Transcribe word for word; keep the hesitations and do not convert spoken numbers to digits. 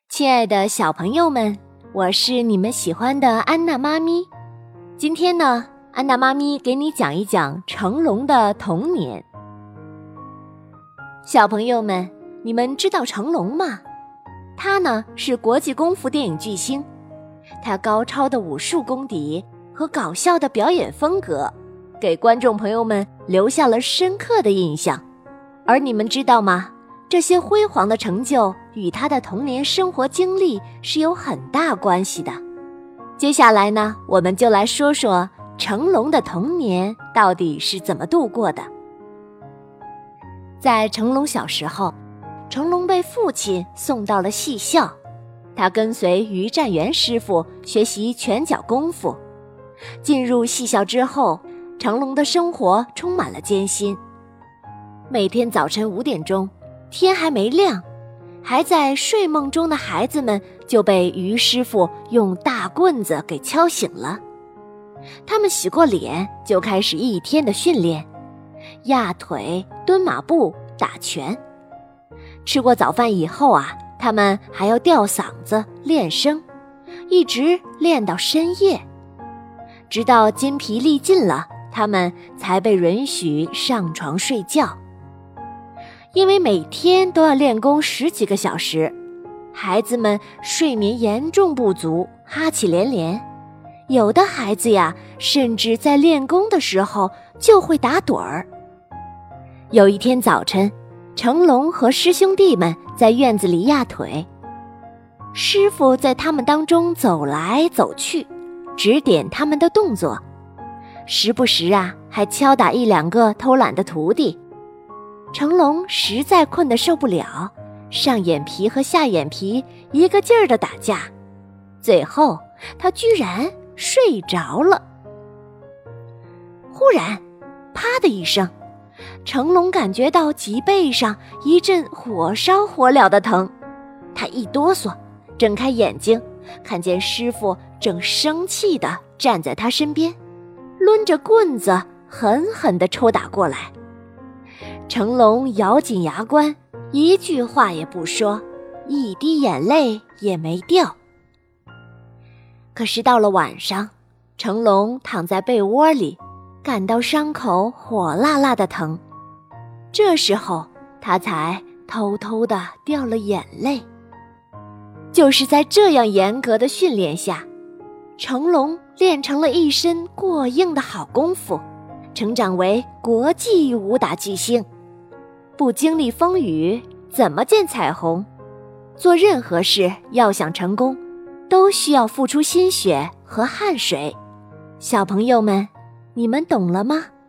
亲爱的小朋友们，我是你们喜欢的安娜妈咪。今天呢，安娜妈咪给你讲一讲成龙的童年。小朋友们，你们知道成龙吗？他呢是国际功夫电影巨星，他高超的武术功底和搞笑的表演风格，给观众朋友们留下了深刻的印象。而你们知道吗？这些辉煌的成就与他的童年生活经历是有很大关系的。接下来呢，我们就来说说成龙的童年到底是怎么度过的。在成龙小时候，成龙被父亲送到了戏校，他跟随于占元师傅学习拳脚功夫。进入戏校之后，成龙的生活充满了艰辛。每天早晨五点钟，天还没亮，还在睡梦中的孩子们就被于师傅用大棍子给敲醒了。他们洗过脸，就开始一天的训练，压腿、蹲马步、打拳。吃过早饭以后啊，他们还要吊嗓子练声，一直练到深夜，直到筋疲力尽了，他们才被允许上床睡觉。因为每天都要练功十几个小时，孩子们睡眠严重不足，哈气连连。有的孩子呀，甚至在练功的时候就会打盹儿。有一天早晨，成龙和师兄弟们在院子里压腿，师傅在他们当中走来走去，指点他们的动作，时不时啊还敲打一两个偷懒的徒弟。成龙实在困得受不了，上眼皮和下眼皮一个劲儿地打架，最后他居然睡着了。忽然啪的一声，成龙感觉到脊背上一阵火烧火燎的疼，他一哆嗦，睁开眼睛，看见师傅正生气地站在他身边，抡着棍子狠狠地抽打过来。成龙咬紧牙关，一句话也不说，一滴眼泪也没掉。可是到了晚上，成龙躺在被窝里，感到伤口火辣辣的疼，这时候他才偷偷地掉了眼泪。就是在这样严格的训练下，成龙练成了一身过硬的好功夫，成长为国际武打巨星。不经历风雨，怎么见彩虹？做任何事要想成功，都需要付出心血和汗水。小朋友们，你们懂了吗？